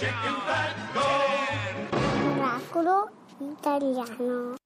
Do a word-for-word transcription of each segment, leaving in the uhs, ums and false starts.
Oracolo italiano.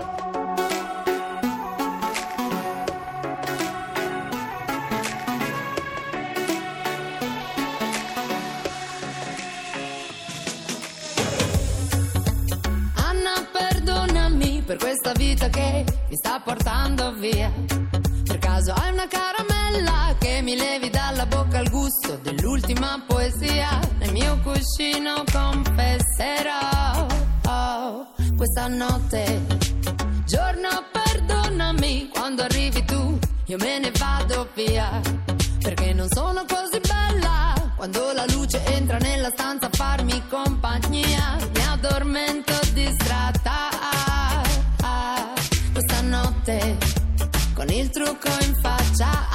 Anna, perdonami per questa vita che mi sta portando via. Per caso hai una caramella che mi levi dalla bocca il gusto dell'ultima poesia? Nel mio cuscino confesserò oh, questa notte. Giorno, perdonami, quando arrivi tu io me ne vado via. Perché non sono così bella quando la luce entra nella stanza a farmi compagnia. Mi addormento distratta questa notte con il trucco in faccia.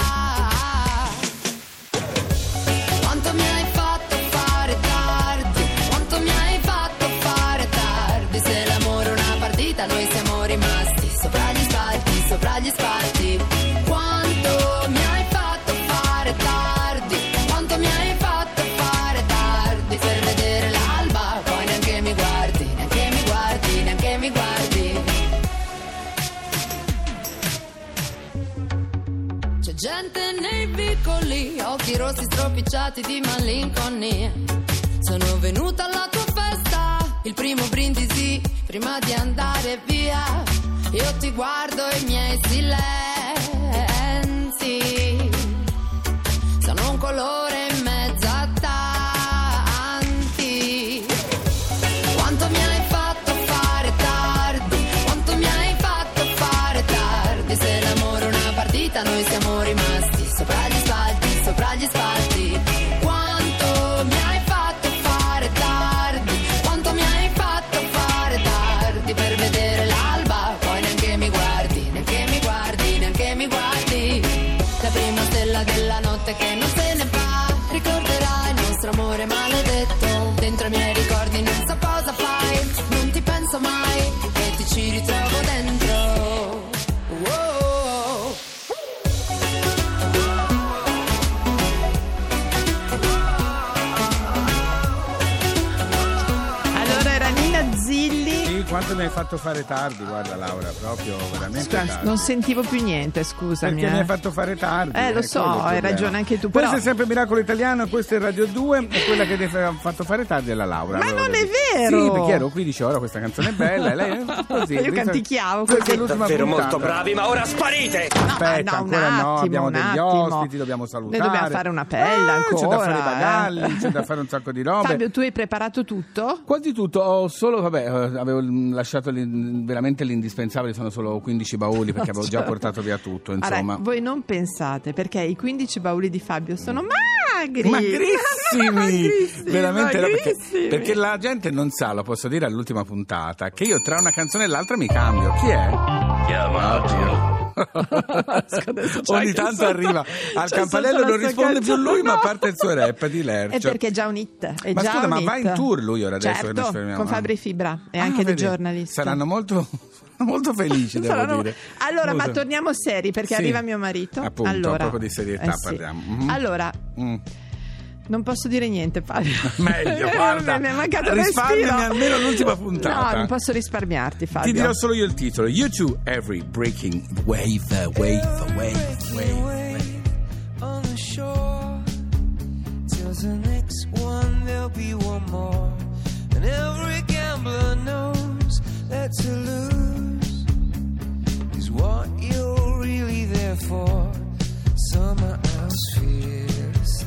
Quanto mi hai fatto fare tardi, quanto mi hai fatto fare tardi. Se l'amore è una partita noi siamo rimasti sopra gli spalti, sopra gli spalti. Quanto mi hai fatto fare tardi, quanto mi hai fatto fare tardi. Per vedere l'alba poi neanche mi guardi, neanche mi guardi, neanche mi guardi. C'è gente nei vicoli, occhi rossi stropicciati di malinconia. Sono venuta alla tua festa, il primo brindisi prima di andare via. Io ti guardo e i miei silenzi sono un colore in mezzo a tanti. Quanto mi hai fatto fare tardi, quanto mi hai fatto fare tardi. Se l'amore è una partita noi siamo rimasti sopra gli spalti, sopra gli spalti. Quanto mi hai fatto fare tardi, quanto mi hai fatto fare tardi. Per vedere l'alba poi neanche mi guardi, neanche mi guardi, neanche mi guardi. La prima stella della notte che non se ne va, ricorderai il nostro amore maledetto. Dentro i miei ricordi non so cosa fai, non ti penso mai e ti ci ritrovo dentro. Wow. Allora era Nina Zilli. Sì, quanto mi hai fatto fare tardi, guarda Laura, proprio veramente Scusa, tardi. non sentivo più niente, scusami. Perché eh. mi hai fatto fare tardi. Eh, lo è so, quello il hai problema. ragione anche tu, Questo però- è sempre Miracolo Italiano, questo è Radio due e quella che ti ha fatto fare tardi è la Laura. Ma Allora, non è così. vero! Sì, perché ero qui, dicevo, ora questa canzone è bella e lei è così. Io canticchiavo così. Perché è l'ultima Davvero puntata. molto bravi, ma ora sparite! Aspetta, no, un ancora no, attimo, abbiamo un degli attimo. ospiti, dobbiamo salutare. Noi dobbiamo fare una pella Ah, ancora. C'è da fare i bagagli, eh. c'è da fare un sacco di robe. Fabio, tu hai preparato tutto? Quasi tutto, ho solo, vabbè, eh, avevo lasciato l'in- veramente l'indispensabile, sono solo quindici bauli perché avevo già portato via tutto, insomma. Allora, voi non pensate, perché i quindici bauli di Fabio sono magri. Magrissimi, Magrissimi, veramente no, perché, magrissimi. perché la gente non sa, lo posso dire all'ultima puntata, che io tra una canzone e l'altra mi cambio. Chi è? Chiamatelo. Ogni tanto arriva al C'è campanello, sotto la non sua risponde più canzone. lui, ma parte il suo rap di È Lercio. perché è già un hit. È Ma già scusa, un ma hit. va in tour lui ora adesso che Certo, noi ci fermiamo? con Fabri Fibra e Ah, anche dei vedi, giornalisti. Saranno molto, molto felici, devo Saranno- dire. Allora, Scusa. ma torniamo seri perché Sì, arriva mio marito. appunto, allora, proprio di serietà eh sì. parliamo. Mhm. Allora, Mm. non posso dire niente, Fabio. Meglio, guarda. Mi è mancato il risparmiami respiro. almeno l'ultima puntata. No, non posso risparmiarti, Fabio. Ti dirò solo io il titolo. You two, every breaking wave, wave, wave, wave. On the shore, till the next one there'll be one more, and every gambler knows that to lose is what you're really there for. Summer house fears.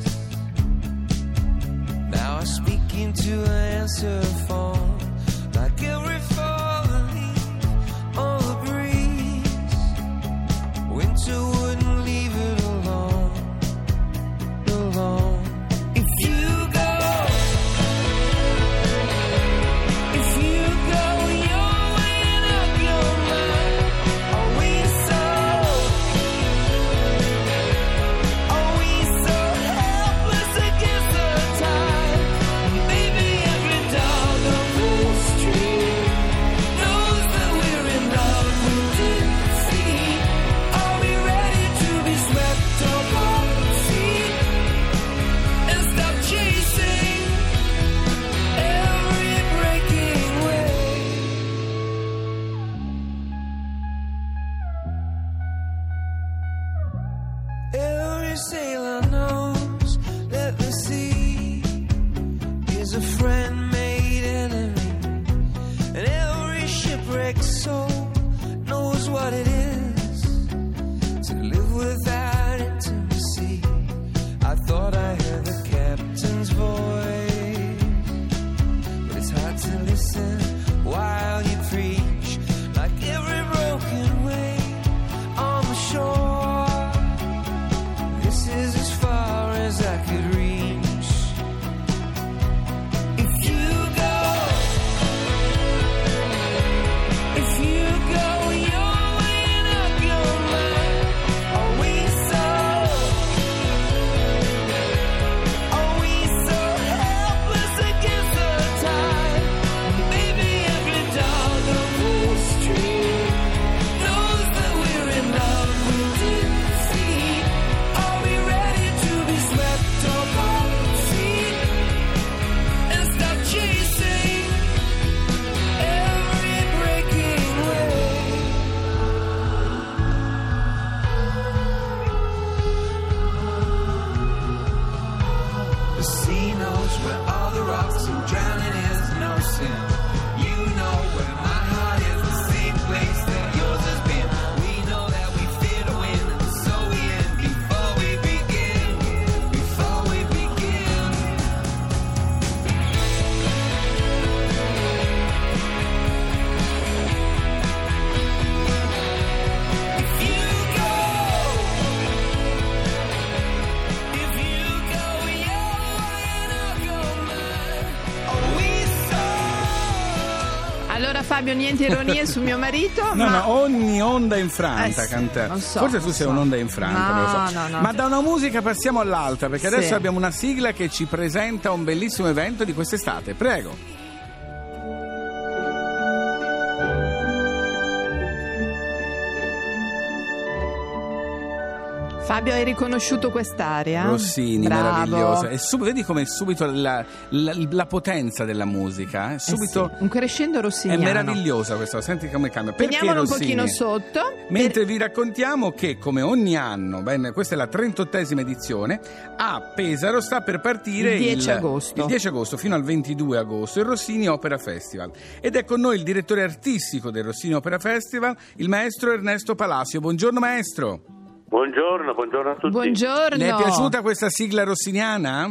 Now I speak into an answer phone, like every falling leaf on the breeze. Winter wouldn't leave it alone, alone. If you go, if you go, you're weighing up your mind. Are we so, are we so helpless against the tide? Maybe every dog a friend made enemy, and every shipwrecked soul knows what it is to live without intimacy. I thought I heard the captain's voice, but it's hard to listen while you preach, like every broken wave on the shore. This is as far as I could reach. If you go, if you go your way and I'll go mine, are we so, are we so helpless against the tide? Maybe every dog on the street knows that we're in love with defeat. Are we ready to be swept off our feet and stop chasing every breaking wave? The sea knows where all the rocks and drowning is no sin. You know where my heart is, the same place that yours has been. We know that we fear to win, and so we end before we begin. Before we begin. If you go, if you go your way and I'll go mine, are we so? Allora Fabio, niente ironie su mio marito. No, ma... no, ogni onda infranta, Eh sì, Cantè. non so, Forse tu non sei so. un'onda infranta, No, non lo so. no, no. Ma da una musica passiamo all'altra, perché Sì. adesso abbiamo una sigla che ci presenta un bellissimo evento di quest'estate. Prego. Fabio, hai riconosciuto quest'area? Rossini, Bravo. meravigliosa. E sub- vedi come subito la, la- la potenza della musica, eh? Subito Eh sì, un crescendo è rossiniano. meravigliosa questa, senti come cambia. Perché Teniamolo un Rossini? pochino sotto. Mentre per- vi raccontiamo che come ogni anno, bene, questa è la trentottesima edizione, a Pesaro sta per partire Il dieci agosto. il dieci agosto fino al ventidue agosto il Rossini Opera Festival. Ed è con noi il direttore artistico del Rossini Opera Festival, il maestro Ernesto Palacio. Buongiorno maestro. Buongiorno, buongiorno a tutti. Buongiorno. Le è piaciuta questa sigla rossiniana?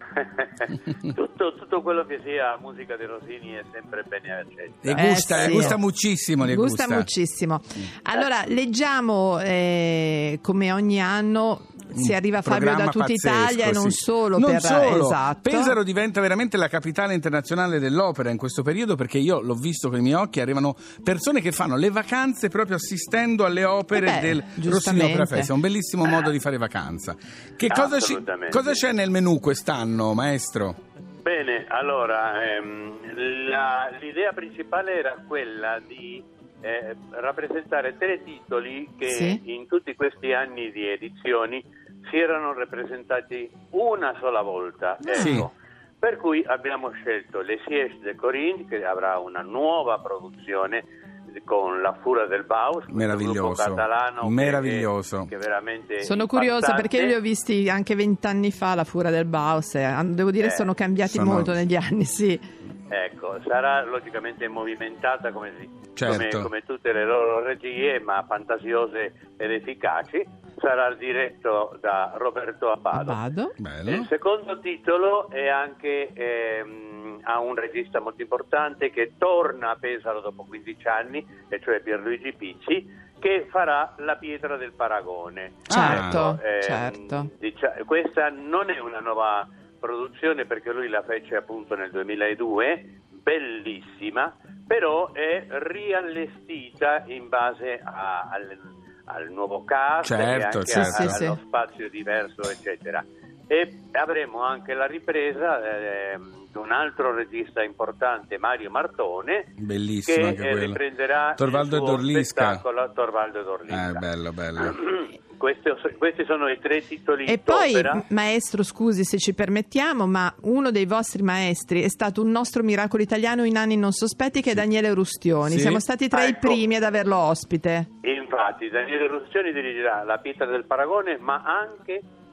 tutto, tutto quello che sia musica di Rossini è sempre bene accetta. Le Eh, gusta, sì. le gusta muchissimo, le Gusta gusta. moltissimo. Allora, leggiamo eh, come ogni anno si arriva a Fabio da Programma tutta pazzesco, Italia e non sì. solo Non per solo. esatto. Pesaro diventa veramente la capitale internazionale dell'opera in questo periodo, perché io l'ho visto con i miei occhi, arrivano persone che fanno le vacanze proprio assistendo alle opere Eh beh, del Rossini giustamente. Opera Festival. Un bellissimo modo di fare vacanza. Che cosa, ci, Assolutamente. cosa c'è nel menù quest'anno, maestro? Bene, allora, ehm, la- l'idea principale era quella di eh, rappresentare tre titoli che Sì. in tutti questi anni di edizioni si erano rappresentati una sola volta. Sì. Ecco. Per cui abbiamo scelto Le Sièges de Corinne, che avrà una nuova produzione con la Fura del Baus, questo Meraviglioso. gruppo catalano che- Meraviglioso. che, veramente Sono curiosa impattante. perché io li ho visti anche vent'anni fa, la Fura del Baus, e devo dire Eh, sono cambiati sono- molto negli anni, sì. Ecco, sarà logicamente movimentata come, si- Certo. come, come tutte le loro regie, ma fantasiose ed efficaci. Sarà diretto da Roberto Abbado. Vado. Bello. Il secondo titolo è anche ehm, a un regista molto importante che torna a Pesaro dopo quindici anni, e cioè Pierluigi Picci, che farà La Pietra del Paragone. Certo, Ecco, ehm, certo. dicia- questa non è una nuova produzione, perché lui la fece appunto nel duemiladue, bellissima, però è riallestita in base a- al, al nuovo cast, Certo, e anche certo. a- Sì, sì, allo sì. spazio diverso, eccetera. E avremo anche la ripresa ehm, di un altro regista importante, Mario Martone, Bellissimo che anche eh, quello. riprenderà Torvaldo il e suo Dorlisca. spettacolo Torvaldo e Dorlisca. Eh, bello, bello. Questi, questi sono i tre titoli E poi, d'opera. maestro, scusi se ci permettiamo, ma uno dei vostri maestri è stato un nostro miracolo italiano in anni non sospetti, che è Daniele Rustioni. Sì. Siamo stati tra i Ecco. primi ad averlo ospite. Infatti Daniele Rustioni dirigerà La Pietra del Paragone, ma anche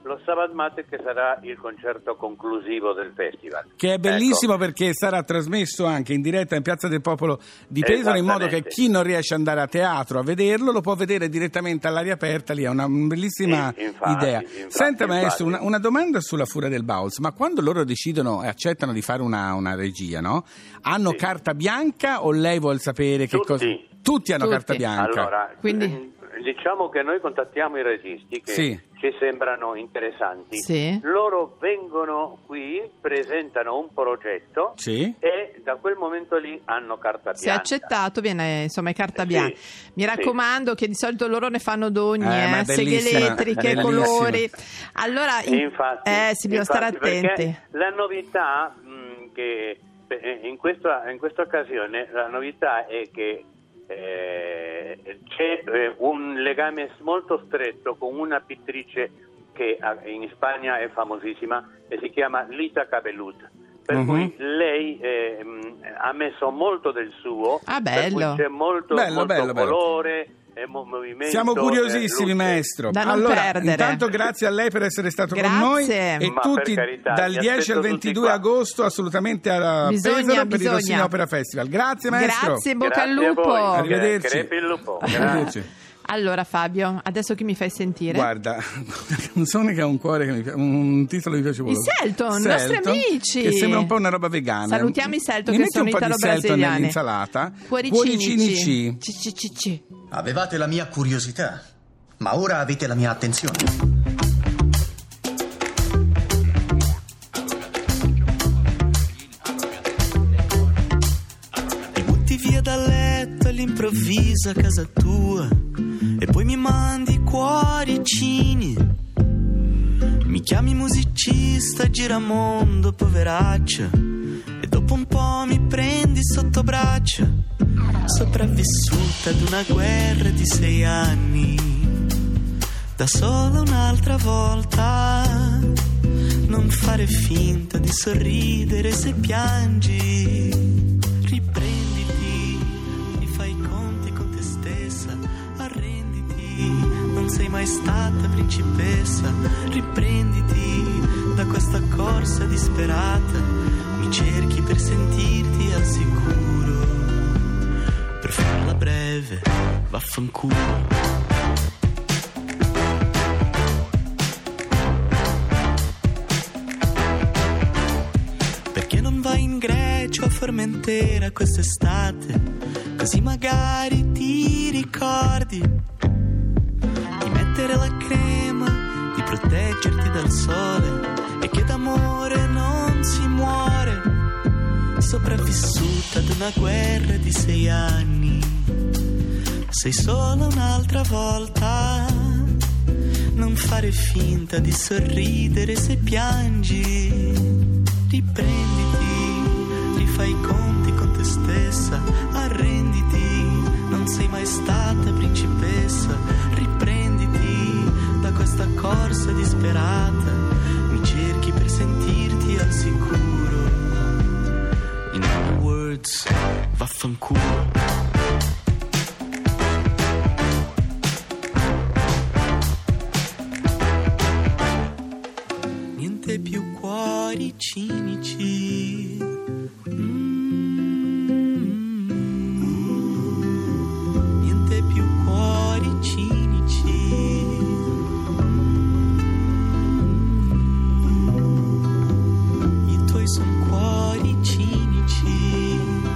lo Stabat Mater, che sarà il concerto conclusivo del festival. Che è bellissimo, ecco. Perché sarà trasmesso anche in diretta in Piazza del Popolo di Pesaro, in modo che chi non riesce ad andare a teatro a vederlo lo può vedere direttamente all'aria aperta. Lì è una bellissima sì, infatti, idea. Infatti, Senta infatti. maestro, una, una domanda sulla Furia del Baus, ma quando loro decidono e accettano di fare una, una regia, no? Hanno Sì. carta bianca o lei vuol sapere che Tutti. cosa? Tutti hanno Tutti. carta bianca. Allora, Quindi- diciamo che noi contattiamo i registi che Sì. ci sembrano interessanti. Sì. Loro vengono qui, presentano un progetto Sì. e da quel momento lì hanno carta bianca. Se accettato viene, insomma, è carta Sì, bianca. Mi sì. raccomando che di solito loro ne fanno d'ogni, Eh, ma eh, è seghe bellissima, elettriche, bellissima. colori. Allora, in- Infatti, eh, si bisogna stare infatti, perché attenti. La novità mh, che eh, in questa, in questa occasione la novità è che eh, c'è eh, un legame molto stretto con una pittrice che in Spagna è famosissima e si chiama Lita Cabelut. Per Mhm. cui lei eh, mh, ha messo molto del suo, Ah, per bello. cui c'è molto, Bello, molto bello, bello. colore e mo- movimento. Siamo e curiosissimi, luce. maestro. Da non allora, perdere. intanto grazie a lei per essere stato Grazie. con noi e Ma tutti per carità, dal vi dieci al aspetto tutti ventidue qua. agosto assolutamente a Bisogna, Pesaro per il bisogna. Rossini Opera Festival. Grazie maestro. Grazie, in bocca al Grazie a lupo. voi. Arrivederci. Crepi il lupo. Grazie. Arrivederci. Allora Fabio, adesso chi mi fai sentire? Guarda, una canzone che ha un cuore che mi piace, un titolo che mi piace molto. I Selton, nostri amici. Che sembra un po' una roba vegana. Salutiamo i Selton, Mi che metti sono un po' di Selton italo-brasiliani. nell'insalata. Cuoricini C. C, C, C, C. Avevate la mia curiosità, ma ora avete la mia attenzione. Mi butti via dal letto all'improvviso a casa tua e poi mi mandi cuoricini. Mi chiami musicista, giramondo, poveraccio, e dopo un po' mi prendi sotto braccio. Sopravvissuta ad una guerra di sei anni, da sola un'altra volta. Non fare finta di sorridere se piangi. Riprenditi, rifai i conti con te stessa. Arrenditi, non sei mai stata principessa. Riprenditi da questa corsa disperata. Mi cerchi per sentirti al sicuro. Per farla breve, vaffanculo. In Grecia o a Formentera quest'estate, così magari ti ricordi di mettere la crema, di proteggerti dal sole e che d'amore non si muore. Sopravvissuta ad una guerra di sei anni, sei sola un'altra volta. Non fare finta di sorridere se piangi. Riprenditi, rifai i conti con te stessa. Arrenditi, non sei mai stata principessa. Riprenditi da questa corsa disperata. Mi cerchi per sentirti al sicuro. In other words, vaffanculo. Niente più cuori cinici. Mm. Niente più cuori cinici. Mm. I tuoi son cuori cinici.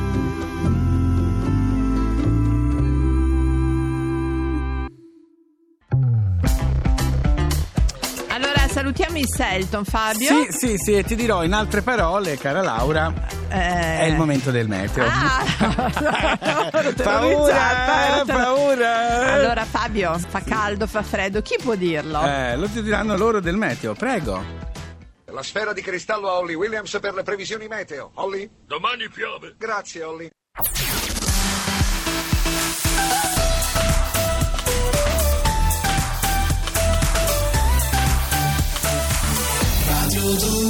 Allora salutiamo i Selton, Fabio. Sì, sì, sì, e ti dirò in altre parole, cara Laura, Eh. è il momento del meteo. Ah, ero terrorizzata, paura, ero ter- paura. Allora Fabio, fa caldo, fa freddo, chi può dirlo? Eh, lo diranno loro del meteo, prego. La sfera di cristallo a Holly Williams per le previsioni meteo. Holly? Domani piove. Grazie, Holly. Radio due